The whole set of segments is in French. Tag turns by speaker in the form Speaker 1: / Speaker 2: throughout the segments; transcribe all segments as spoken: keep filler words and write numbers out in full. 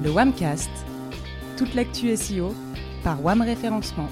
Speaker 1: Le WAMcast, toute l'actu S E O par WAM Référencement.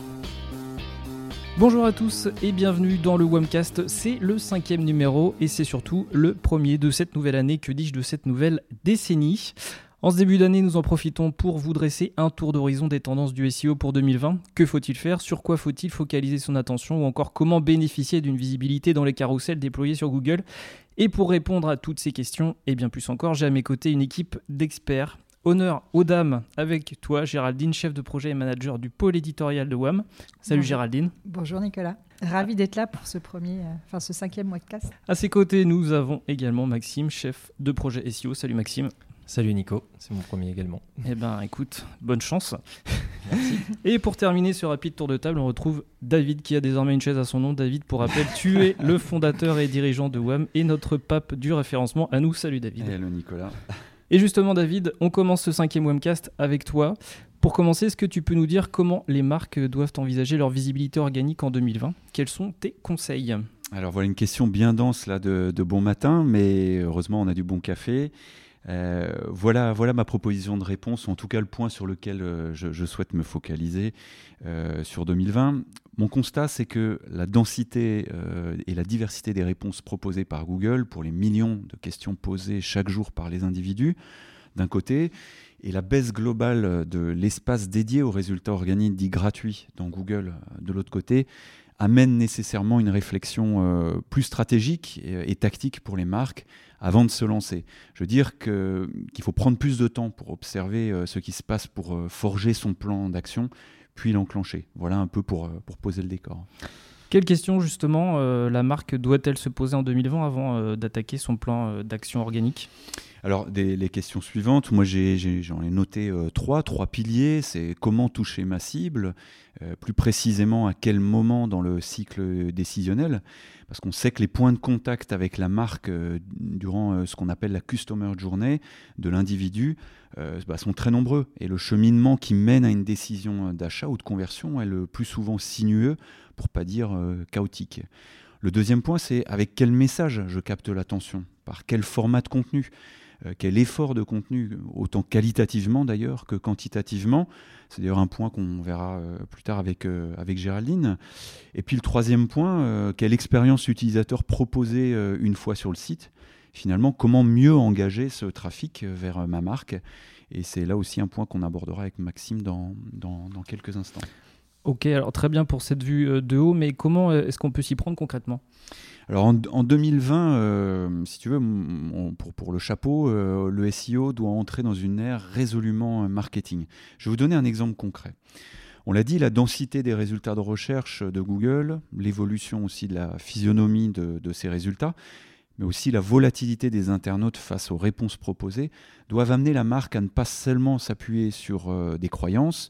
Speaker 2: Bonjour à tous et bienvenue dans le WAMcast, c'est le cinquième numéro et c'est surtout le premier de cette nouvelle année, que dis-je de cette nouvelle décennie. En ce début d'année, nous en profitons pour vous dresser un tour d'horizon des tendances du S E O pour deux mille vingt. Que faut-il faire ? Sur quoi faut-il focaliser son attention ? Ou encore comment bénéficier d'une visibilité dans les carousels déployés sur Google ? Et pour répondre à toutes ces questions, et bien plus encore, j'ai à mes côtés une équipe d'experts. Honneur aux dames avec toi, Géraldine, chef de projet et manager du pôle éditorial de WAM. Salut. Bonjour. Géraldine.
Speaker 3: Bonjour Nicolas. Ravi d'être là pour ce premier, euh, enfin ce cinquième WAMcast.
Speaker 2: À ses côtés, nous avons également Maxime, chef de projet S E O. Salut Maxime.
Speaker 4: Salut Nico, c'est mon premier également.
Speaker 2: Eh ben écoute, bonne chance. Merci. Et pour terminer ce rapide tour de table, on retrouve David qui a désormais une chaise à son nom. David, pour rappel, tu es le fondateur et dirigeant de WAM et notre pape du référencement. À nous, salut David.
Speaker 5: Hello Nicolas.
Speaker 2: Et justement David, on commence ce cinquième WAMcast avec toi. Pour commencer, est-ce que tu peux nous dire comment les marques doivent envisager leur visibilité organique en deux mille vingt ? Quels sont tes conseils ?
Speaker 5: Alors voilà une question bien dense là de, de bon matin, mais heureusement on a du bon café. Euh, voilà, voilà ma proposition de réponse, en tout cas le point sur lequel euh, je, je souhaite me focaliser euh, sur deux mille vingt. Mon constat, c'est que la densité euh, et la diversité des réponses proposées par Google pour les millions de questions posées chaque jour par les individus, d'un côté, et la baisse globale de l'espace dédié aux résultats organiques dits gratuits dans Google, de l'autre côté, amène nécessairement une réflexion euh, plus stratégique et, et tactique pour les marques avant de se lancer. Je veux dire que, qu'il faut prendre plus de temps pour observer euh, ce qui se passe pour euh, forger son plan d'action, puis l'enclencher. Voilà un peu pour, euh, pour poser le décor.
Speaker 2: Quelle question justement euh, la marque doit-elle se poser en deux mille vingt avant euh, d'attaquer son plan euh, d'action organique ?
Speaker 5: Alors, des, les questions suivantes, moi j'ai, j'ai, j'en ai noté euh, trois, trois piliers. C'est comment toucher ma cible, euh, plus précisément à quel moment dans le cycle décisionnel, parce qu'on sait que les points de contact avec la marque euh, durant euh, ce qu'on appelle la customer journey de l'individu euh, bah, sont très nombreux. Et le cheminement qui mène à une décision d'achat ou de conversion est le plus souvent sinueux, pour ne pas dire euh, chaotique. Le deuxième point, c'est avec quel message je capte l'attention, par quel format de contenu. Euh, quel effort de contenu, autant qualitativement d'ailleurs que quantitativement. C'est d'ailleurs un point qu'on verra euh, plus tard avec, euh, avec Géraldine. Et puis le troisième point, euh, quelle expérience utilisateur proposer euh, une fois sur le site. Finalement, comment mieux engager ce trafic vers euh, ma marque. Et c'est là aussi un point qu'on abordera avec Maxime dans, dans, dans quelques instants.
Speaker 2: Ok, alors très bien pour cette vue de haut, mais comment est-ce qu'on peut s'y prendre concrètement ?
Speaker 5: Alors en, en deux mille vingt, euh, si tu veux, on, pour, pour le chapeau, euh, le S E O doit entrer dans une ère résolument marketing. Je vais vous donner un exemple concret. On l'a dit, la densité des résultats de recherche de Google, l'évolution aussi de la physionomie de, de ces résultats, mais aussi la volatilité des internautes face aux réponses proposées, doivent amener la marque à ne pas seulement s'appuyer sur euh, des croyances,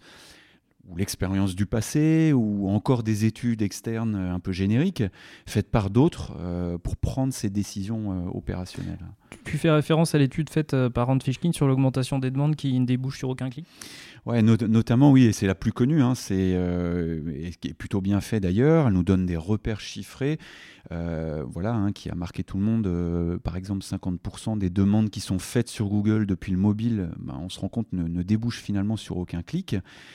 Speaker 5: ou l'expérience du passé, ou encore des études externes un peu génériques, faites par d'autres euh, pour prendre ces décisions euh, opérationnelles.
Speaker 2: Tu fais référence à l'étude faite euh, par Rand Fishkin sur l'augmentation des demandes qui ne débouche sur aucun clic ?
Speaker 5: Ouais, not- notamment, oui, et c'est la plus connue, hein, c'est, euh, et qui est plutôt bien fait d'ailleurs, elle nous donne des repères chiffrés, euh, voilà, hein, qui a marqué tout le monde. Euh, par exemple, cinquante pour cent des demandes qui sont faites sur Google depuis le mobile, ben, on se rend compte, ne, ne débouchent finalement sur aucun clic.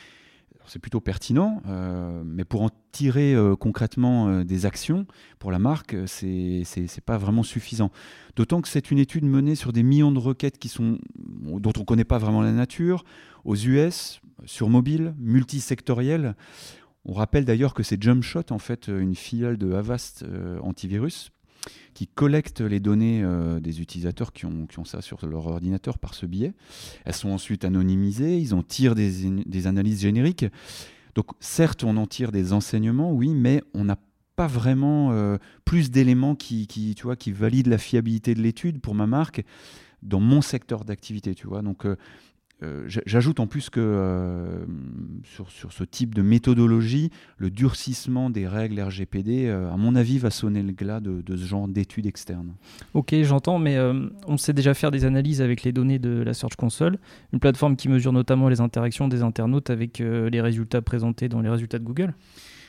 Speaker 5: C'est plutôt pertinent, euh, mais pour en tirer euh, concrètement euh, des actions pour la marque, c'est, c'est, c'est pas vraiment suffisant. D'autant que c'est une étude menée sur des millions de requêtes qui sont, dont on ne connaît pas vraiment la nature, aux U S, sur mobile, multisectorielles. On rappelle d'ailleurs que c'est Jumpshot, en fait, une filiale de Avast euh, Antivirus, qui collectent les données euh, des utilisateurs qui ont, qui ont ça sur leur ordinateur par ce biais. Elles sont ensuite anonymisées, ils en tirent des, des analyses génériques. Donc certes, on en tire des enseignements, oui, mais on n'a pas vraiment euh, plus d'éléments qui, qui, tu vois, qui valident la fiabilité de l'étude pour ma marque dans mon secteur d'activité. Tu vois. Donc, euh, Euh, j'ajoute en plus que euh, sur, sur ce type de méthodologie, le durcissement des règles R G P D, euh, à mon avis, va sonner le glas de, de ce genre d'études externes.
Speaker 2: Ok, j'entends, mais euh, on sait déjà faire des analyses avec les données de la Search Console, une plateforme qui mesure notamment les interactions des internautes avec euh, les résultats présentés dans les résultats de Google.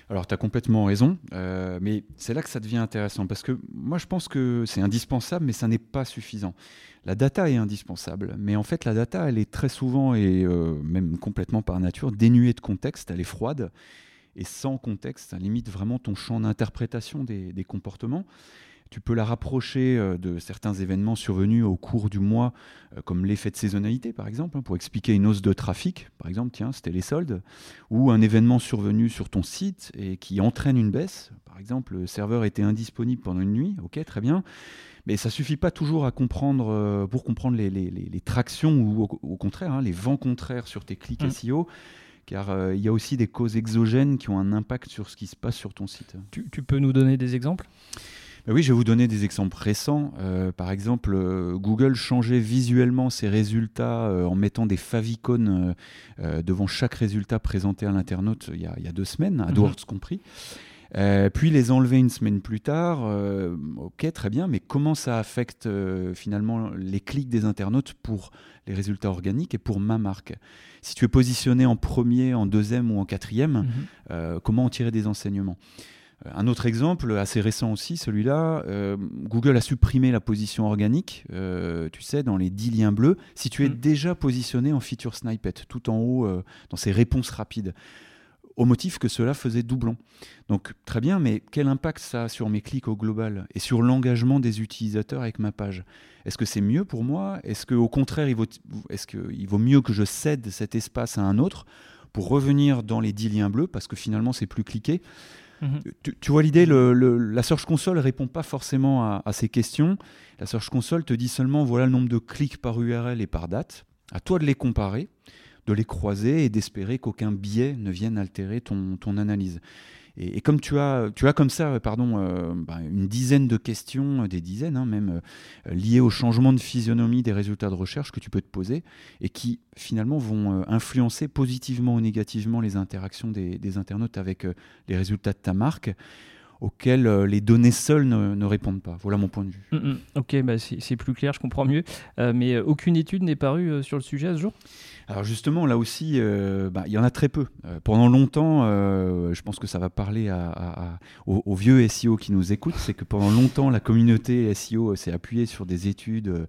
Speaker 5: Alors, tu as complètement raison, euh, mais c'est là que ça devient intéressant, parce que moi, je pense que c'est indispensable, mais ça n'est pas suffisant. La data est indispensable, mais en fait, la data, elle est très souvent, et euh, même complètement par nature, dénuée de contexte, elle est froide, et sans contexte, ça limite vraiment ton champ d'interprétation des, des comportements. Tu peux la rapprocher euh, de certains événements survenus au cours du mois, euh, comme l'effet de saisonnalité, par exemple, hein, pour expliquer une hausse de trafic. Par exemple, tiens, c'était les soldes. Ou un événement survenu sur ton site et qui entraîne une baisse. Par exemple, le serveur était indisponible pendant une nuit. Ok, très bien. Mais ça ne suffit pas toujours à comprendre, euh, pour comprendre les, les, les, les tractions ou au, au contraire, hein, les vents contraires sur tes clics mmh. S E O. Car euh, il y a aussi des causes exogènes qui ont un impact sur ce qui se passe sur ton site.
Speaker 2: Tu, tu peux nous donner des exemples ?
Speaker 5: Oui, je vais vous donner des exemples récents. Euh, par exemple, euh, Google changeait visuellement ses résultats euh, en mettant des favicons euh, devant chaque résultat présenté à l'internaute il y a, il y a deux semaines, AdWords mmh. compris. Euh, puis les enlever une semaine plus tard. Euh, ok, très bien, mais comment ça affecte euh, finalement les clics des internautes pour les résultats organiques et pour ma marque ? Si tu es positionné en premier, en deuxième ou en quatrième, mmh. euh, comment en tirer des enseignements ? Un autre exemple, assez récent aussi, celui-là, euh, Google a supprimé la position organique, euh, tu sais, dans les dix liens bleus, si tu es mmh. déjà positionné en feature snippet, tout en haut, euh, dans ces réponses rapides, au motif que cela faisait doublon. Donc, très bien, mais quel impact ça a sur mes clics au global et sur l'engagement des utilisateurs avec ma page ? Est-ce que c'est mieux pour moi ? Est-ce qu'au contraire, il vaut, est-ce qu'il vaut mieux que je cède cet espace à un autre pour revenir dans les dix liens bleus, parce que finalement, c'est plus cliqué ? Mmh. Tu, tu vois l'idée, le, le, la Search Console ne répond pas forcément à, à ces questions. La Search Console te dit seulement voilà le nombre de clics par U R L et par date. À toi de les comparer, de les croiser et d'espérer qu'aucun biais ne vienne altérer ton, ton analyse. Et, et comme tu as, tu as comme ça pardon, euh, bah, une dizaine de questions, des dizaines hein, même, euh, liées au changement de physionomie des résultats de recherche que tu peux te poser et qui finalement vont euh, influencer positivement ou négativement les interactions des, des internautes avec euh, les résultats de ta marque, auxquels euh, les données seules ne, ne répondent pas. Voilà mon point de vue.
Speaker 2: Mmh, ok, bah c'est, c'est plus clair, je comprends mieux. Euh, mais euh, aucune étude n'est parue euh, sur le sujet à ce jour ?
Speaker 5: Alors justement, là aussi, euh, bah, il y en a très peu. Euh, pendant longtemps, euh, je pense que ça va parler à, à, à, aux, aux vieux S E O qui nous écoutent, c'est que pendant longtemps, la communauté S E O s'est appuyée sur des études,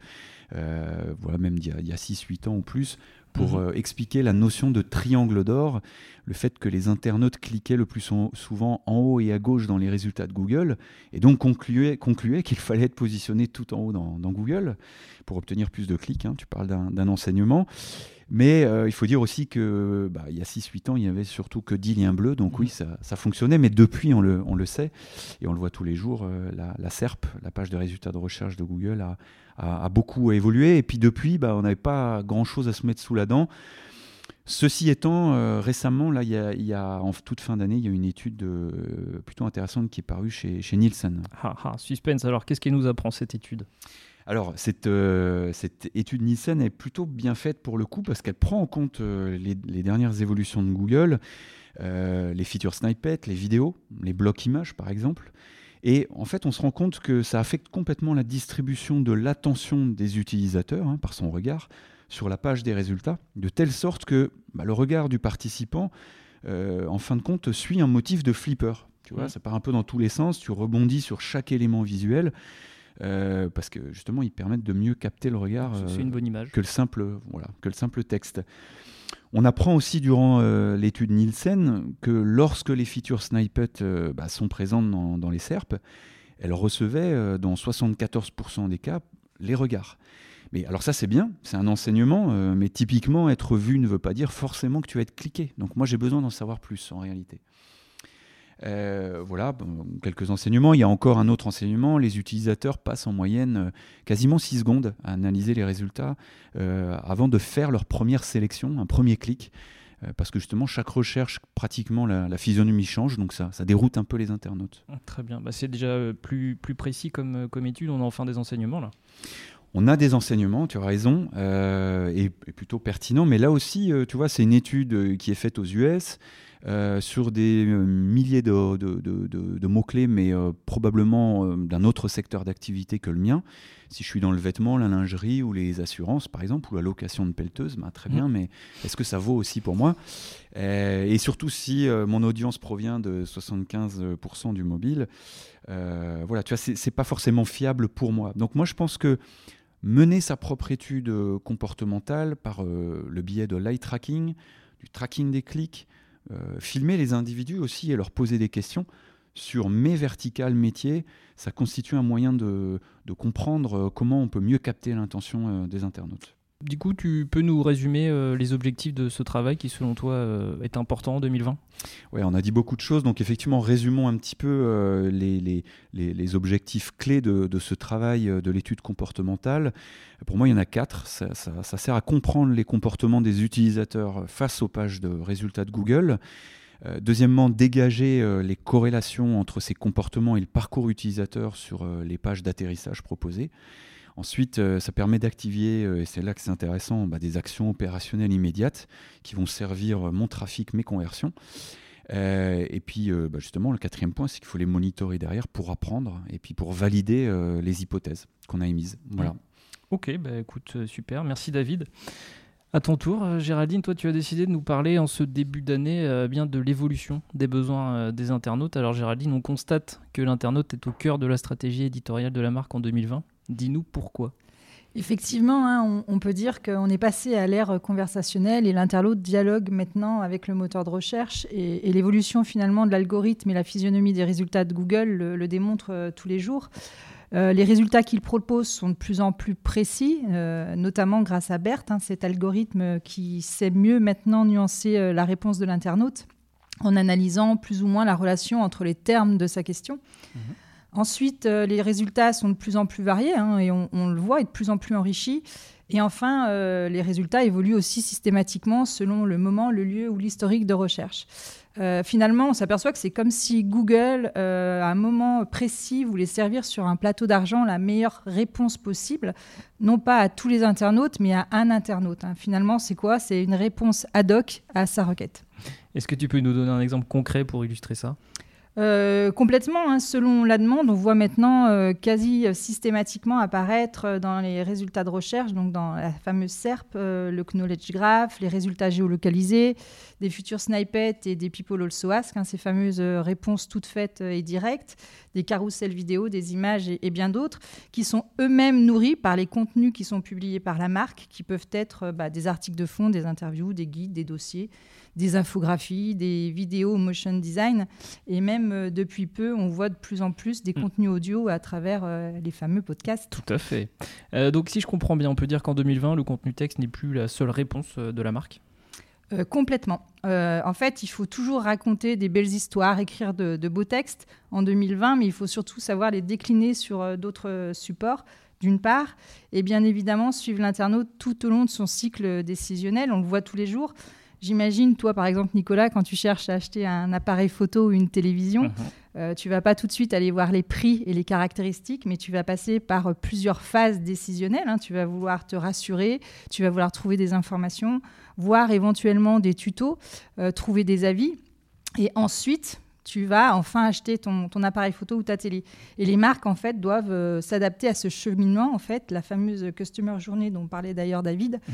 Speaker 5: euh, voilà, même d'il y a six huit ans ou plus, pour mmh. euh, expliquer la notion de triangle d'or, le fait que les internautes cliquaient le plus son, souvent en haut et à gauche dans les résultats de Google, et donc concluaient, concluaient qu'il fallait être positionné tout en haut dans, dans Google pour obtenir plus de clics. Hein, tu parles d'un, d'un enseignement. Mais euh, il faut dire aussi que bah, il y a six huit ans, il n'y avait surtout que dix liens bleus. Donc mmh. oui, ça, ça fonctionnait. Mais depuis, on le, on le sait, et on le voit tous les jours, euh, la, la S E R P, la page de résultats de recherche de Google, a, a, a beaucoup évolué. Et puis depuis, bah, on n'avait pas grand-chose à se mettre sous la dent. Ceci étant, euh, récemment, là, y a, y a, en toute fin d'année, il y a une étude euh, plutôt intéressante qui est parue chez, chez Nielsen.
Speaker 2: Ah, ah, suspense. Alors, qu'est-ce qu'elle nous apprend, cette étude ?
Speaker 5: Alors, cette, euh, cette étude Nielsen est plutôt bien faite pour le coup parce qu'elle prend en compte euh, les, les dernières évolutions de Google, euh, les features snippets, les vidéos, les blocs images par exemple. Et en fait, on se rend compte que ça affecte complètement la distribution de l'attention des utilisateurs hein, par son regard sur la page des résultats, de telle sorte que bah, le regard du participant, euh, en fin de compte, suit un motif de flipper. Tu vois, mmh. ça part un peu dans tous les sens, tu rebondis sur chaque élément visuel. Euh, parce que justement ils permettent de mieux capter le regard euh,
Speaker 2: c'est une bonne image.
Speaker 5: que le simple voilà que le simple texte. On apprend aussi durant euh, l'étude Nielsen que lorsque les features snippets euh, bah, sont présentes dans, dans les S E R P, elles recevaient euh, dans soixante-quatorze pour cent des cas les regards. Mais alors ça c'est bien, c'est un enseignement, euh, mais typiquement être vu ne veut pas dire forcément que tu vas être cliqué. Donc moi j'ai besoin d'en savoir plus en réalité. Euh, voilà, bon, quelques enseignements. Il y a encore un autre enseignement. Les utilisateurs passent en moyenne euh, quasiment six secondes à analyser les résultats euh, avant de faire leur première sélection, un premier clic. Euh, parce que justement, chaque recherche, pratiquement, la, la physionomie change. Donc ça, ça déroute un peu les internautes.
Speaker 2: Très bien. Bah, c'est déjà plus, plus précis comme, comme étude. On a enfin des enseignements là.
Speaker 5: On a des enseignements, tu as raison, euh, et, et plutôt pertinents. Mais là aussi, euh, tu vois, c'est une étude qui est faite aux U S. euh, sur des euh, milliers de, de, de, de, de mots-clés, mais euh, probablement euh, d'un autre secteur d'activité que le mien. Si je suis dans le vêtement, la lingerie ou les assurances, par exemple, ou la location de pelleteuse, bah, très bien, mmh. mais est-ce que ça vaut aussi pour moi ? euh, Et surtout si euh, mon audience provient de soixante-quinze pour cent du mobile, euh, voilà, tu vois, c'est, c'est pas forcément fiable pour moi. Donc moi, je pense que mener sa propre étude comportementale par euh, le biais de l'eye tracking, du tracking des clics, euh, filmer les individus aussi et leur poser des questions sur mes verticales métiers, ça constitue un moyen de, de comprendre comment on peut mieux capter l'intention euh, des internautes.
Speaker 2: Du coup, tu peux nous résumer euh, les objectifs de ce travail qui, selon toi, euh, est important en deux mille vingt ?
Speaker 5: Oui, on a dit beaucoup de choses, donc effectivement, résumons un petit peu euh, les, les, les, les objectifs clés de, de ce travail de l'étude comportementale. Pour moi, il y en a quatre. Ça, ça, ça sert à comprendre les comportements des utilisateurs face aux pages de résultats de Google. Euh, deuxièmement, dégager euh, les corrélations entre ces comportements et le parcours utilisateur sur euh, les pages d'atterrissage proposées. Ensuite, euh, ça permet d'activer, euh, et c'est là que c'est intéressant, bah, des actions opérationnelles immédiates qui vont servir euh, mon trafic, mes conversions. Euh, et puis, euh, bah, justement, le quatrième point, c'est qu'il faut les monitorer derrière pour apprendre et puis pour valider euh, les hypothèses qu'on a émises. Voilà.
Speaker 2: Ok, bah, écoute, super. Merci David. À ton tour, euh, Géraldine, toi, tu as décidé de nous parler en ce début d'année euh, bien de l'évolution des besoins euh, des internautes. Alors Géraldine, on constate que l'internaute est au cœur de la stratégie éditoriale de la marque en deux mille vingt. Dis-nous pourquoi.
Speaker 3: Effectivement, hein, on, on peut dire qu'on est passé à l'ère conversationnelle et l'internaute dialogue maintenant avec le moteur de recherche et, et l'évolution finalement de l'algorithme et la physionomie des résultats de Google le, le démontre euh, tous les jours. Euh, les résultats qu'il propose sont de plus en plus précis, euh, notamment grâce à BERT, hein, cet algorithme qui sait mieux maintenant nuancer euh, la réponse de l'internaute en analysant plus ou moins la relation entre les termes de sa question. Mmh. Ensuite, euh, les résultats sont de plus en plus variés hein, et on, on le voit, et de plus en plus enrichis. Et enfin, euh, les résultats évoluent aussi systématiquement selon le moment, le lieu ou l'historique de recherche. Euh, finalement, on s'aperçoit que c'est comme si Google, euh, à un moment précis, voulait servir sur un plateau d'argent la meilleure réponse possible, non pas à tous les internautes, mais à un internaute. Hein. Finalement, c'est quoi ? C'est une réponse ad hoc à sa requête.
Speaker 2: Est-ce que tu peux nous donner un exemple concret pour illustrer ça ?
Speaker 3: Euh, complètement, hein, selon la demande, on voit maintenant euh, quasi systématiquement apparaître dans les résultats de recherche, donc dans la fameuse S E R P, euh, le Knowledge Graph, les résultats géolocalisés, des futurs snippets et des People Also Ask, hein, ces fameuses euh, réponses toutes faites euh, et directes, des carousels vidéo, des images et, et bien d'autres, qui sont eux-mêmes nourris par les contenus qui sont publiés par la marque, qui peuvent être euh, bah, des articles de fond, des interviews, des guides, des dossiers, des infographies, des vidéos motion design, et même euh, depuis peu, on voit de plus en plus des mmh. contenus audio à travers euh, les fameux podcasts.
Speaker 2: Tout à fait. Euh, donc si je comprends bien, on peut dire qu'en deux mille vingt, le contenu texte n'est plus la seule réponse euh, de la marque ?
Speaker 3: Euh, complètement. Euh, en fait, il faut toujours raconter des belles histoires, écrire de, de beaux textes en deux mille vingt, mais il faut surtout savoir les décliner sur euh, d'autres supports, d'une part, et bien évidemment suivre l'internaute tout au long de son cycle décisionnel. On le voit tous les jours. J'imagine, toi, par exemple, Nicolas, quand tu cherches à acheter un appareil photo ou une télévision, mmh. euh, tu ne vas pas tout de suite aller voir les prix et les caractéristiques, mais tu vas passer par plusieurs phases décisionnelles. Hein. Tu vas vouloir te rassurer, tu vas vouloir trouver des informations, voir éventuellement des tutos, euh, trouver des avis. Et ensuite, tu vas enfin acheter ton, ton appareil photo ou ta télé. Et les marques, en fait, doivent euh, s'adapter à ce cheminement, en fait, la fameuse Customer Journey dont parlait d'ailleurs David, mmh.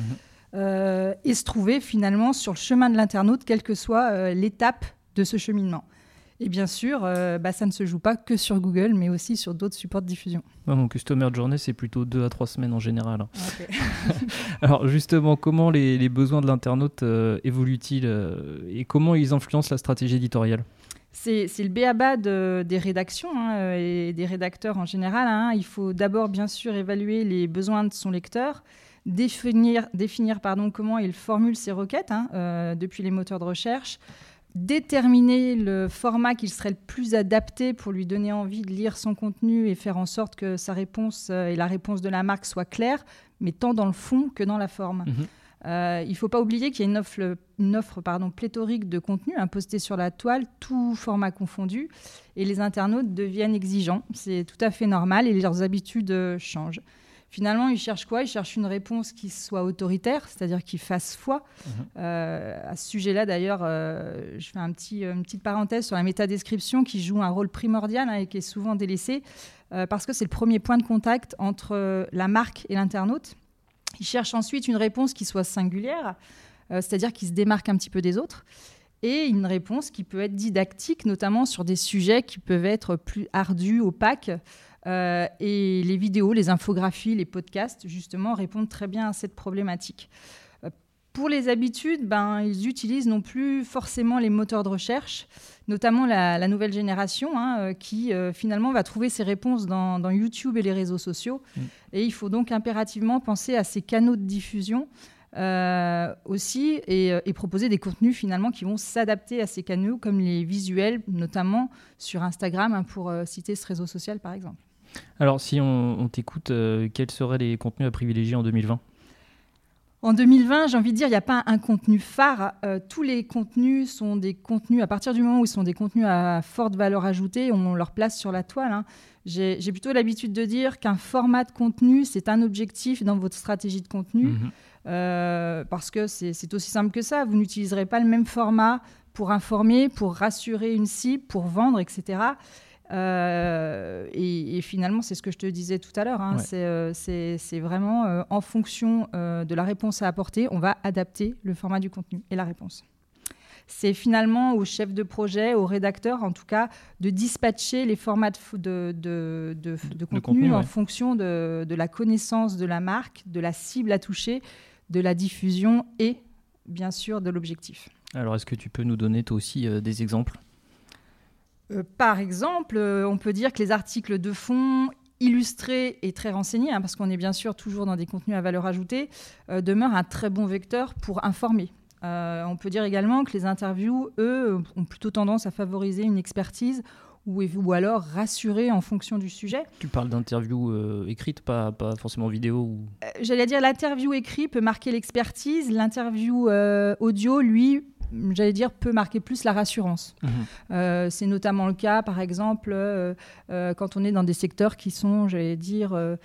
Speaker 3: Euh, et se trouver finalement sur le chemin de l'internaute, quelle que soit euh, l'étape de ce cheminement. Et bien sûr, euh, bah, ça ne se joue pas que sur Google, mais aussi sur d'autres supports de diffusion.
Speaker 2: Non, donc Customer Journey, c'est plutôt deux à trois semaines en général.
Speaker 3: Okay.
Speaker 2: Alors justement, comment les, les besoins de l'internaute euh, évoluent-ils euh, et comment ils influencent la stratégie éditoriale ?
Speaker 3: C'est, c'est le b.a.-ba de, des rédactions hein, et des rédacteurs en général. Hein. Il faut d'abord, bien sûr, évaluer les besoins de son lecteur, définir, définir pardon, comment il formule ses requêtes hein, euh, depuis les moteurs de recherche, déterminer le format qui serait le plus adapté pour lui donner envie de lire son contenu et faire en sorte que sa réponse euh, et la réponse de la marque soient claires, mais tant dans le fond que dans la forme. Mmh. Euh, il ne faut pas oublier qu'il y a une offre, une offre pardon, pléthorique de contenu hein, posté sur la toile, tout format confondu, et les internautes deviennent exigeants. C'est tout à fait normal et leurs habitudes euh, changent. Finalement, ils cherchent quoi ? Ils cherchent une réponse qui soit autoritaire, c'est-à-dire qui fasse foi. Mmh. Euh, à ce sujet-là, d'ailleurs, euh, je fais un petit, une petite parenthèse sur la métadescription qui joue un rôle primordial hein, et qui est souvent délaissé, euh, parce que c'est le premier point de contact entre euh, la marque et l'internaute. Ils cherchent ensuite une réponse qui soit singulière, euh, c'est-à-dire qui se démarque un petit peu des autres, et une réponse qui peut être didactique, notamment sur des sujets qui peuvent être plus ardus, opaques. Euh, et les vidéos, les infographies, les podcasts, justement, répondent très bien à cette problématique. Euh, pour les habitudes, ben, ils utilisent non plus forcément les moteurs de recherche, notamment la, la nouvelle génération, hein, euh, qui euh, finalement va trouver ses réponses dans, dans YouTube et les réseaux sociaux. Mmh. Et il faut donc impérativement penser à ces canaux de diffusion euh, aussi et, et proposer des contenus finalement qui vont s'adapter à ces canaux, comme les visuels, notamment sur Instagram, hein, pour euh, citer ce réseau social par exemple.
Speaker 2: Alors, si on, on t'écoute, euh, quels seraient les contenus à privilégier en deux mille vingt ?
Speaker 3: En deux mille vingt, j'ai envie de dire, il n'y a pas un contenu phare. Euh, tous les contenus sont des contenus, à partir du moment où ils sont des contenus à forte valeur ajoutée, on leur place sur la toile. Hein. J'ai, j'ai plutôt l'habitude de dire qu'un format de contenu, c'est un objectif dans votre stratégie de contenu. Mmh. Euh, parce que c'est, c'est aussi simple que ça. Vous n'utiliserez pas le même format pour informer, pour rassurer une cible, pour vendre, et cetera. Euh, et, et finalement, c'est ce que je te disais tout à l'heure. Hein, ouais. c'est, euh, c'est, c'est vraiment euh, en fonction euh, de la réponse à apporter, on va adapter le format du contenu et la réponse. C'est finalement au chef de projet, au rédacteur en tout cas, de dispatcher les formats de, de, de, de, de contenu, contenu en ouais. fonction de, de la connaissance de la marque, de la cible à toucher, de la diffusion et bien sûr de l'objectif.
Speaker 2: Alors, est-ce que tu peux nous donner toi aussi euh, des exemples ?
Speaker 3: Euh, par exemple, euh, on peut dire que les articles de fond illustrés et très renseignés, hein, parce qu'on est bien sûr toujours dans des contenus à valeur ajoutée, euh, demeurent un très bon vecteur pour informer. Euh, on peut dire également que les interviews, eux, ont plutôt tendance à favoriser une expertise ou, ou alors rassurer en fonction du sujet.
Speaker 2: Tu parles d'interviews euh, écrites, pas, pas forcément vidéo ou...
Speaker 3: euh, J'allais dire l'interview écrite peut marquer l'expertise, l'interview euh, audio, lui, j'allais dire, peut marquer plus la rassurance. Mmh. Euh, c'est notamment le cas, par exemple, euh, euh, quand on est dans des secteurs qui sont, j'allais dire, euh,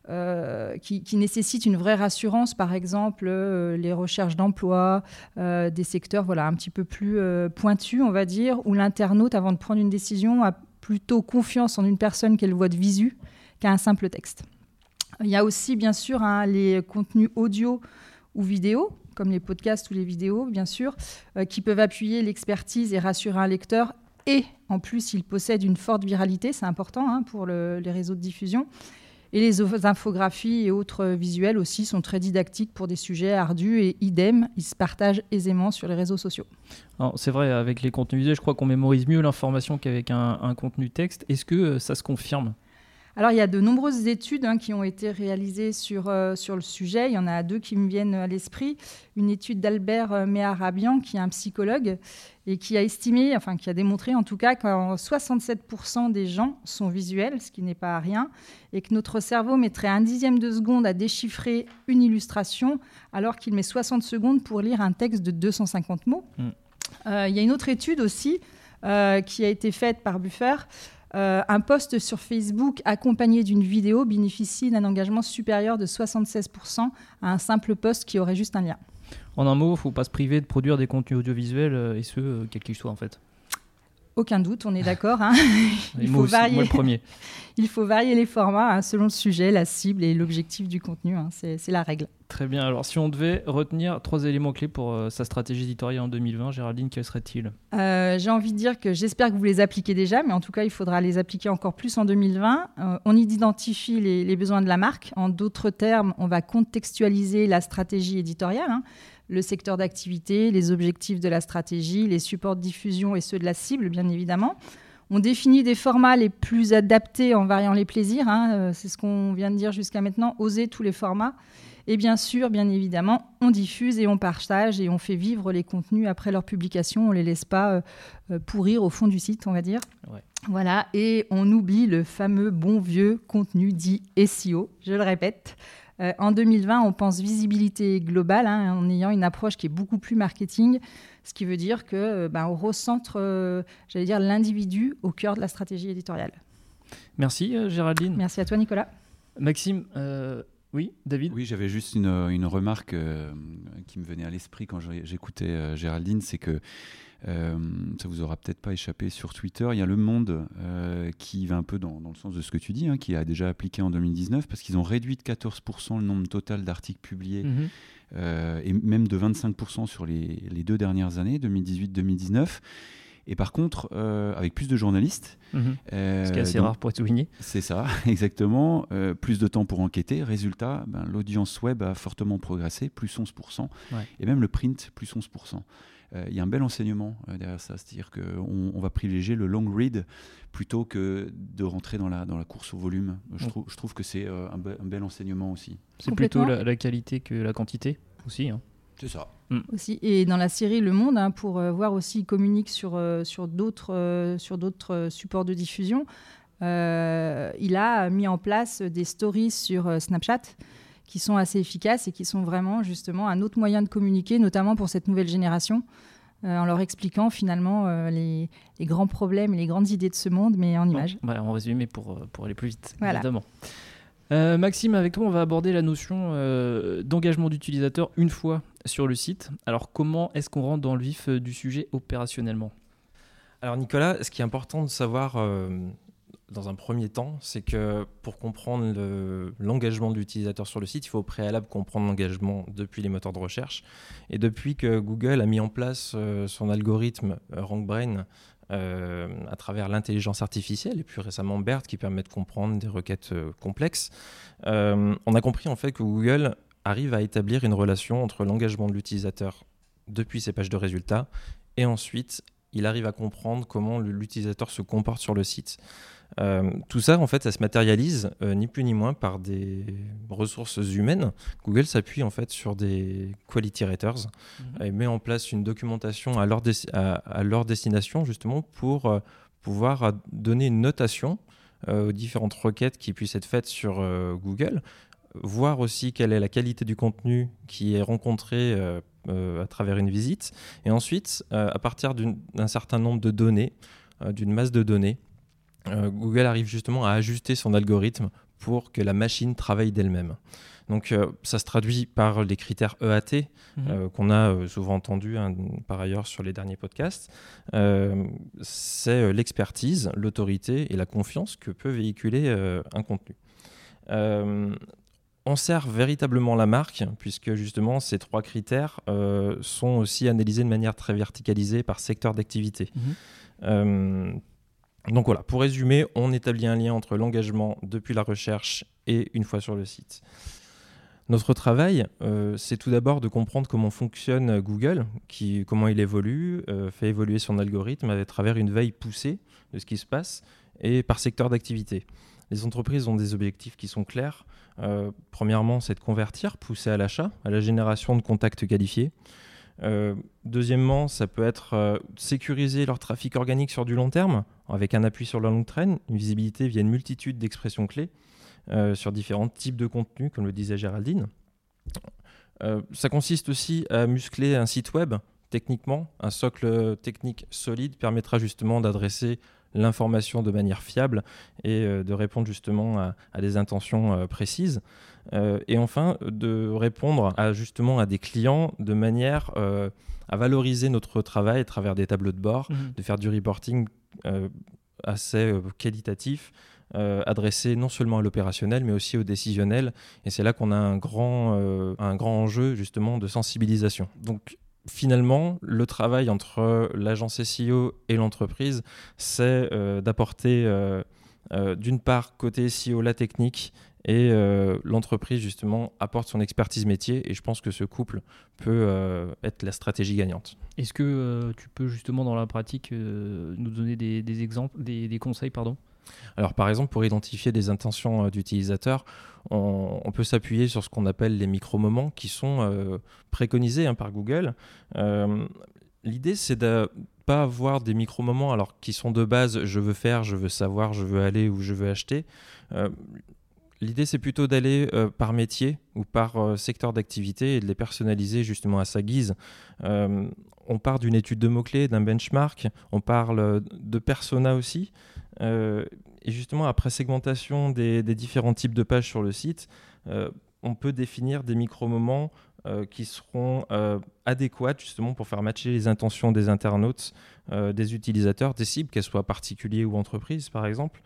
Speaker 3: euh, qui, qui nécessitent une vraie rassurance, par exemple, euh, les recherches d'emploi, euh, des secteurs voilà, un petit peu plus euh, pointus, on va dire, où l'internaute, avant de prendre une décision, a plutôt confiance en une personne qu'elle voit de visu qu'à un simple texte. Il y a aussi, bien sûr, hein, les contenus audio ou vidéo, comme les podcasts ou les vidéos, bien sûr, euh, qui peuvent appuyer l'expertise et rassurer un lecteur. Et en plus, ils possèdent une forte viralité, c'est important hein, pour le, les réseaux de diffusion. Et les infographies et autres visuels aussi sont très didactiques pour des sujets ardus et idem, ils se partagent aisément sur les réseaux sociaux.
Speaker 2: Alors, c'est vrai, avec les contenus visuels, je crois qu'on mémorise mieux l'information qu'avec un, un contenu texte. Est-ce que euh, ça se confirme ?
Speaker 3: Alors, il y a de nombreuses études hein, qui ont été réalisées sur, euh, sur le sujet. Il y en a deux qui me viennent à l'esprit. Une étude d'Albert Meharabian, qui est un psychologue, et qui a estimé, enfin qui a démontré en tout cas, que soixante-sept pour cent des gens sont visuels, ce qui n'est pas rien, et que notre cerveau mettrait un dixième de seconde à déchiffrer une illustration, alors qu'il met soixante secondes pour lire un texte de deux cent cinquante mots. Mm. Euh, il y a une autre étude aussi euh, qui a été faite par Buffer. Euh, un post sur Facebook accompagné d'une vidéo bénéficie d'un engagement supérieur de soixante-seize pour cent à un simple post qui aurait juste un lien.
Speaker 2: En un mot, il ne faut pas se priver de produire des contenus audiovisuels, euh, et ce, euh, quel qu'ils soient en fait.
Speaker 3: Aucun doute, on est d'accord. Hein. Il,
Speaker 2: moi
Speaker 3: faut
Speaker 2: aussi,
Speaker 3: varier,
Speaker 2: moi le premier.
Speaker 3: Il faut varier les formats hein, selon le sujet, la cible et l'objectif du contenu. Hein. C'est, c'est la règle.
Speaker 2: Très bien. Alors, si on devait retenir trois éléments clés pour euh, sa stratégie éditoriale en deux mille vingt, Géraldine, quels seraient-ils ?
Speaker 3: euh, J'ai envie de dire que j'espère que vous les appliquez déjà, mais en tout cas, il faudra les appliquer encore plus en deux mille vingt. Euh, on identifie les, les besoins de la marque. En d'autres termes, on va contextualiser la stratégie éditoriale. Hein. Le secteur d'activité, les objectifs de la stratégie, les supports de diffusion et ceux de la cible, bien évidemment. On définit des formats les plus adaptés en variant les plaisirs. Hein. C'est ce qu'on vient de dire jusqu'à maintenant, oser tous les formats. Et bien sûr, bien évidemment, on diffuse et on partage et on fait vivre les contenus après leur publication. On ne les laisse pas euh, pourrir au fond du site, on va dire. Ouais. Voilà. Et on oublie le fameux bon vieux contenu dit S E O, je le répète. Euh, en deux mille vingt, on pense visibilité globale hein, en ayant une approche qui est beaucoup plus marketing, ce qui veut dire que euh, ben, on recentre, euh, j'allais dire, l'individu au cœur de la stratégie éditoriale.
Speaker 2: Merci euh, Géraldine.
Speaker 3: Merci à toi Nicolas.
Speaker 2: Maxime, euh, Oui, David ?
Speaker 5: Oui, j'avais juste une, une remarque euh, qui me venait à l'esprit quand j'écoutais euh, Géraldine, c'est que euh, ça vous aura peut-être pas échappé sur Twitter, il y a Le Monde euh, qui va un peu dans, dans le sens de ce que tu dis, hein, qui a déjà appliqué en deux mille dix-neuf, parce qu'ils ont réduit de quatorze pour cent le nombre total d'articles publiés, mmh. euh, et même de vingt-cinq pour cent sur les, les deux dernières années, deux mille dix-huit deux mille dix-neuf. Et par contre, euh, avec plus de journalistes.
Speaker 2: Mmh. Euh, Ce qui est assez donc, rare pour être souligné.
Speaker 5: C'est ça, exactement. Euh, plus de temps pour enquêter. Résultat, ben, l'audience web a fortement progressé, plus onze pour cent. Ouais. Et même le print, plus onze pour cent. Il euh, y a un bel enseignement euh, derrière ça. C'est-à-dire qu'on on va privilégier le long read plutôt que de rentrer dans la, dans la course au volume. Je, mmh. trou- je trouve que c'est euh, un, be- un bel enseignement aussi.
Speaker 2: C'est plutôt la, la qualité que la quantité aussi, hein.
Speaker 5: C'est ça.
Speaker 3: Mm. Aussi. Et dans la série Le Monde, hein, pour euh, voir aussi, il communique sur, euh, sur d'autres, euh, sur d'autres euh, supports de diffusion. Euh, il a mis en place des stories sur euh, Snapchat qui sont assez efficaces et qui sont vraiment justement un autre moyen de communiquer, notamment pour cette nouvelle génération, euh, en leur expliquant finalement euh, les, les grands problèmes et les grandes idées de ce monde, mais en images.
Speaker 2: Bah, en résumé, pour, pour aller plus vite,
Speaker 3: voilà.
Speaker 2: Évidemment. Euh, Maxime, avec toi, on va aborder la notion euh, d'engagement d'utilisateur une fois sur le site. Alors, comment est-ce qu'on rentre dans le vif du sujet opérationnellement ?
Speaker 4: Alors, Nicolas, ce qui est important de savoir euh, dans un premier temps, c'est que pour comprendre le, l'engagement de l'utilisateur sur le site, il faut au préalable comprendre l'engagement depuis les moteurs de recherche. Et depuis que Google a mis en place euh, son algorithme euh, RankBrain, Euh, à travers l'intelligence artificielle et plus récemment BERT qui permet de comprendre des requêtes euh, complexes, euh, on a compris en fait que Google arrive à établir une relation entre l'engagement de l'utilisateur depuis ses pages de résultats et ensuite il arrive à comprendre comment le, l'utilisateur se comporte sur le site. Euh, tout ça, en fait, ça se matérialise euh, ni plus ni moins par des ressources humaines. Google s'appuie en fait sur des quality raters mmh. et met en place une documentation à leur, des- à, à leur destination justement pour euh, pouvoir donner une notation euh, aux différentes requêtes qui puissent être faites sur euh, Google, voir aussi quelle est la qualité du contenu qui est rencontré euh, euh, à travers une visite, et ensuite, euh, à partir d'une, d'un certain nombre de données, euh, d'une masse de données, Euh, Google arrive justement à ajuster son algorithme pour que la machine travaille d'elle-même. Donc euh, ça se traduit par les critères E A T mmh. euh, qu'on a euh, souvent entendus hein, par ailleurs sur les derniers podcasts. Euh, c'est euh, l'expertise, l'autorité et la confiance que peut véhiculer euh, un contenu. Euh, on sert véritablement la marque puisque justement ces trois critères euh, sont aussi analysés de manière très verticalisée par secteur d'activité. Mmh. Euh, Donc voilà, pour résumer, on établit un lien entre l'engagement depuis la recherche et une fois sur le site. Notre travail, euh, c'est tout d'abord de comprendre comment fonctionne Google, qui, comment il évolue, euh, fait évoluer son algorithme à travers une veille poussée de ce qui se passe et par secteur d'activité. Les entreprises ont des objectifs qui sont clairs. Euh, premièrement, c'est de convertir, pousser à l'achat, à la génération de contacts qualifiés. Euh, deuxièmement, ça peut être euh, sécuriser leur trafic organique sur du long terme, avec un appui sur la longue traîne, une visibilité via une multitude d'expressions clés euh, sur différents types de contenus, comme le disait Géraldine. Euh, ça consiste aussi à muscler un site web techniquement. Un socle technique solide permettra justement d'adresser l'information de manière fiable et euh, de répondre justement à, à des intentions euh, précises. Euh, et enfin, de répondre à, justement à des clients de manière euh, à valoriser notre travail à travers des tableaux de bord, mmh. de faire du reporting euh, assez euh, qualitatif, euh, adressé non seulement à l'opérationnel, mais aussi au décisionnel. Et c'est là qu'on a un grand, euh, un grand enjeu justement de sensibilisation. Donc, finalement, le travail entre l'agence S E O et l'entreprise, c'est euh, d'apporter euh, euh, d'une part côté S E O la technique et euh, l'entreprise justement apporte son expertise métier, et je pense que ce couple peut euh, être la stratégie gagnante.
Speaker 2: Est-ce que euh, tu peux justement dans la pratique euh, nous donner des, des exemples, des, des conseils pardon ?
Speaker 4: Alors par exemple, pour identifier des intentions euh, d'utilisateurs, on, on peut s'appuyer sur ce qu'on appelle les micro-moments qui sont euh, préconisés hein, par Google. Euh, l'idée, c'est de pas avoir des micro-moments alors qui sont de base, je veux faire, je veux savoir, je veux aller ou je veux acheter. Euh, L'idée, c'est plutôt d'aller euh, par métier ou par euh, secteur d'activité et de les personnaliser justement à sa guise. Euh, on part d'une étude de mots-clés, d'un benchmark, on parle de persona aussi. Euh, et justement, après segmentation des, des différents types de pages sur le site, euh, on peut définir des micro-moments euh, qui seront euh, adéquats justement pour faire matcher les intentions des internautes, euh, des utilisateurs, des cibles, qu'elles soient particuliers ou entreprises par exemple,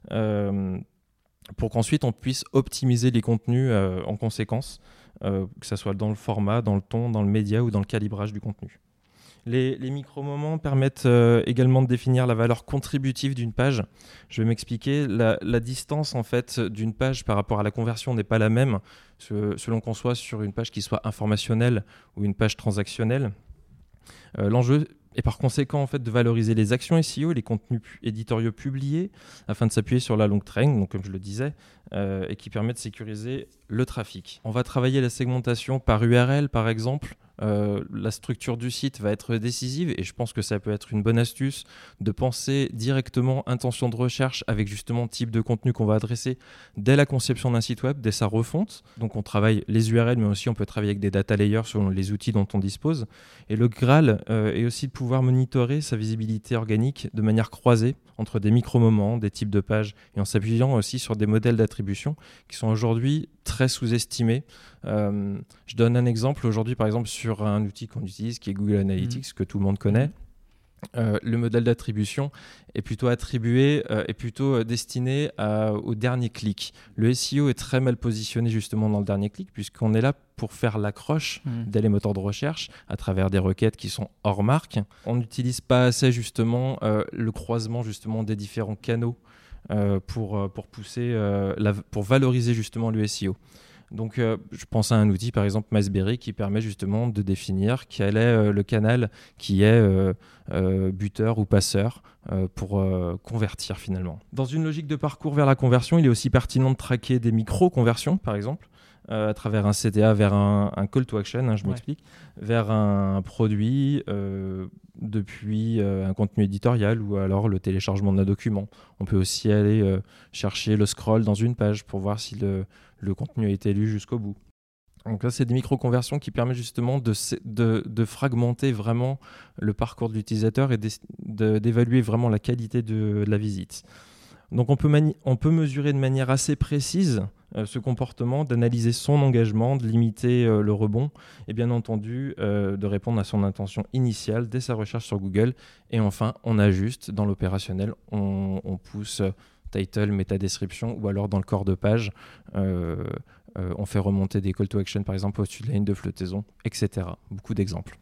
Speaker 4: euh, pour qu'ensuite on puisse optimiser les contenus euh, en conséquence, euh, que ce soit dans le format, dans le ton, dans le média ou dans le calibrage du contenu. Les, les micro-moments permettent euh, également de définir la valeur contributive d'une page. Je vais m'expliquer. La, la distance en fait, d'une page par rapport à la conversion n'est pas la même ce, selon qu'on soit sur une page qui soit informationnelle ou une page transactionnelle. Euh, l'enjeu est par conséquent en fait, de valoriser les actions S E O et les contenus pu- éditoriaux publiés afin de s'appuyer sur la longue traîne, donc comme je le disais, euh, et qui permet de sécuriser le trafic. On va travailler la segmentation par U R L par exemple. Euh, la structure du site va être décisive et je pense que ça peut être une bonne astuce de penser directement intention de recherche avec justement le type de contenu qu'on va adresser dès la conception d'un site web, dès sa refonte. Donc on travaille les U R L mais aussi on peut travailler avec des data layers selon les outils dont on dispose. Et le Graal euh, est aussi de pouvoir monitorer sa visibilité organique de manière croisée entre des micro-moments, des types de pages et en s'appuyant aussi sur des modèles d'attribution qui sont aujourd'hui très sous-estimés. Euh, je donne un exemple aujourd'hui par exemple sur un outil qu'on utilise qui est Google Analytics mmh. que tout le monde connaît. Euh, le modèle d'attribution est plutôt attribué euh, est plutôt euh, destiné à, au dernier clic. Le S E O est très mal positionné justement dans le dernier clic puisqu'on est là pour faire l'accroche mmh. dès les moteurs de recherche à travers des requêtes qui sont hors marque. On n'utilise pas assez justement euh, le croisement justement des différents canaux euh, pour, pour pousser euh, la, pour valoriser justement le S E O. Donc, euh, je pense à un outil, par exemple Massberry, qui permet justement de définir quel est euh, le canal qui est euh, euh, buteur ou passeur euh, pour euh, convertir finalement. Dans une logique de parcours vers la conversion, il est aussi pertinent de traquer des micro-conversions, par exemple, euh, à travers un C T A vers un, un call to action, hein, je ouais. m'explique, vers un, un produit euh, depuis euh, un contenu éditorial ou alors le téléchargement d'un document. On peut aussi aller euh, chercher le scroll dans une page pour voir si le le contenu a été lu jusqu'au bout. Donc là, c'est des micro-conversions qui permettent justement de, de, de fragmenter vraiment le parcours de l'utilisateur et de, de, d'évaluer vraiment la qualité de, de la visite. Donc on peut, mani- on peut mesurer de manière assez précise euh, ce comportement, d'analyser son engagement, de limiter euh, le rebond et bien entendu euh, de répondre à son intention initiale dès sa recherche sur Google. Et enfin, on ajuste dans l'opérationnel, on, on pousse title, métadescription ou alors dans le corps de page, euh, euh, on fait remonter des call to action par exemple au-dessus de la ligne de flottaison, et cetera. Beaucoup d'exemples.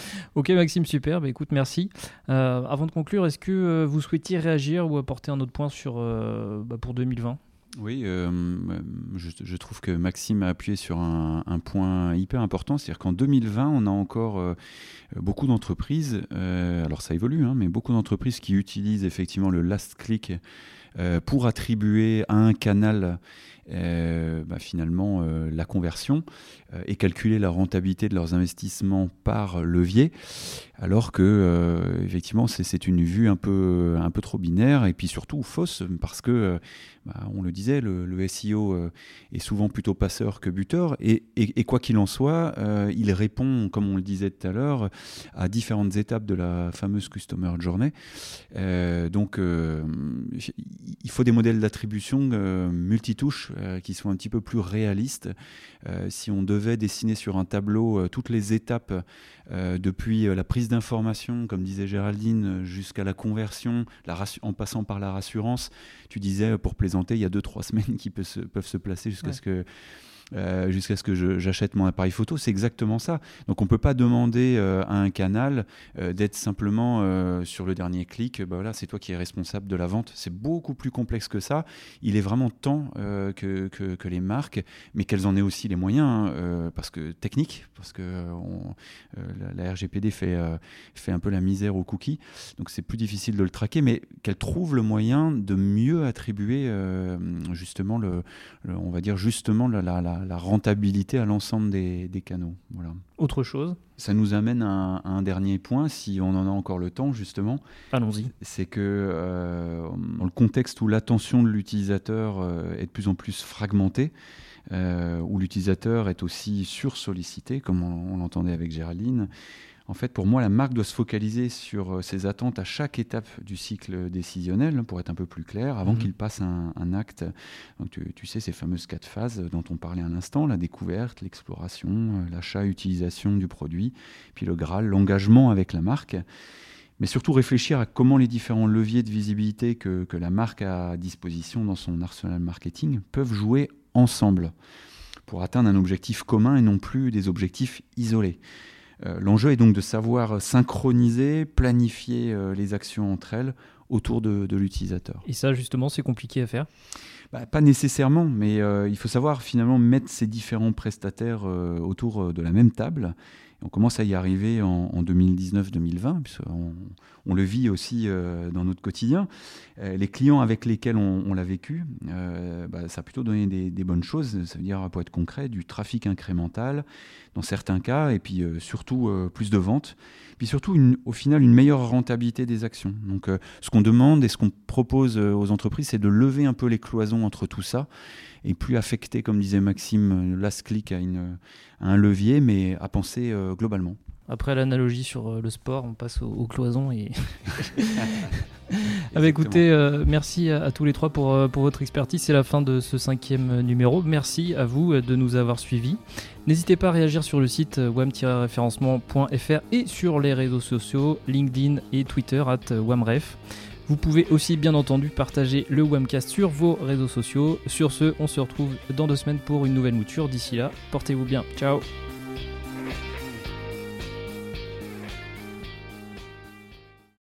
Speaker 2: Ok Maxime, super, bah, écoute, merci. Euh, avant de conclure, est-ce que euh, vous souhaitiez réagir ou apporter un autre point sur, euh, bah, pour deux mille vingt ?
Speaker 5: Oui, euh, je, je trouve que Maxime a appuyé sur un, un point hyper important, c'est-à-dire qu'en deux mille vingt, on a encore euh, beaucoup d'entreprises, euh, alors ça évolue, hein, mais beaucoup d'entreprises qui utilisent effectivement le last click euh, pour attribuer à un canal euh, bah, finalement euh, la conversion euh, et calculer la rentabilité de leurs investissements par levier, alors que euh, effectivement c'est, c'est une vue un peu, un peu trop binaire et puis surtout fausse parce que euh, bah, on le disait, le, le S E O euh, est souvent plutôt passeur que buteur et, et, et quoi qu'il en soit, euh, il répond, comme on le disait tout à l'heure, à différentes étapes de la fameuse Customer Journey. Euh, donc euh, il faut des modèles d'attribution euh, multitouches euh, qui soient un petit peu plus réalistes. Euh, si on devait dessiner sur un tableau euh, toutes les étapes euh, depuis euh, la prise d'information, comme disait Géraldine, jusqu'à la conversion, la rassu- en passant par la rassurance, tu disais pour plaisanter, il y a deux trois semaines qui peuvent se, peuvent se placer jusqu'à ouais. ce que Euh, jusqu'à ce que je, j'achète mon appareil photo, c'est exactement ça. Donc on ne peut pas demander euh, à un canal euh, d'être simplement euh, sur le dernier clic, bah voilà, c'est toi qui es responsable de la vente. C'est beaucoup plus complexe que ça. Il est vraiment temps euh, que, que, que les marques, mais qu'elles en aient aussi les moyens, hein, euh, parce que technique, parce que euh, on, euh, la, la R G P D fait, euh, fait un peu la misère aux cookies, donc c'est plus difficile de le traquer, mais qu'elles trouvent le moyen de mieux attribuer euh, justement le, le, on va dire justement la, la, la la rentabilité à l'ensemble des, des canaux. Voilà.
Speaker 2: Autre chose ?
Speaker 5: Ça nous amène à un, à un dernier point, si on en a encore le temps, justement.
Speaker 2: Allons-y.
Speaker 5: C'est que euh, dans le contexte où l'attention de l'utilisateur euh, est de plus en plus fragmentée, euh, où l'utilisateur est aussi sursollicité, comme on, on l'entendait avec Géraldine, En fait, pour moi, la marque doit se focaliser sur ses attentes à chaque étape du cycle décisionnel, pour être un peu plus clair, avant mmh. qu'il passe un, un acte. Donc, tu, tu sais, ces fameuses quatre phases dont on parlait à l'instant, la découverte, l'exploration, l'achat, utilisation du produit, puis le Graal, l'engagement avec la marque. Mais surtout réfléchir à comment les différents leviers de visibilité que, que la marque a à disposition dans son arsenal marketing peuvent jouer ensemble pour atteindre un objectif commun et non plus des objectifs isolés. Euh, l'enjeu est donc de savoir synchroniser, planifier euh, les actions entre elles autour de, de l'utilisateur.
Speaker 2: Et ça, justement, c'est compliqué à faire ?
Speaker 5: Bah, pas nécessairement, mais euh, il faut savoir finalement mettre ces différents prestataires euh, autour de la même table. Et on commence à y arriver en, en deux mille dix-neuf deux mille vingt, puisqu'on on le vit aussi euh, dans notre quotidien. Euh, les clients avec lesquels on, on l'a vécu, euh, bah, ça a plutôt donné des, des bonnes choses. Ça veut dire, pour être concret, du trafic incrémental dans certains cas, et puis euh, surtout euh, plus de ventes. Puis surtout, une, au final, une meilleure rentabilité des actions. Donc, euh, ce qu'on demande et ce qu'on propose euh, aux entreprises, c'est de lever un peu les cloisons entre tout ça et plus affecter, comme disait Maxime, last click à, une, à un levier, mais à penser euh, globalement.
Speaker 2: Après l'analogie sur euh, le sport, on passe aux, aux cloisons. Et... ah bah écoutez, euh, merci à, à tous les trois pour, euh, pour votre expertise. C'est la fin de ce cinquième numéro. Merci à vous de nous avoir suivis. N'hésitez pas à réagir sur le site wam tiret référencement point f r et sur les réseaux sociaux LinkedIn et Twitter at wamref. Vous pouvez aussi bien entendu partager le Wamcast sur vos réseaux sociaux. Sur ce, on se retrouve dans deux semaines pour une nouvelle mouture. D'ici là, portez-vous bien. Ciao.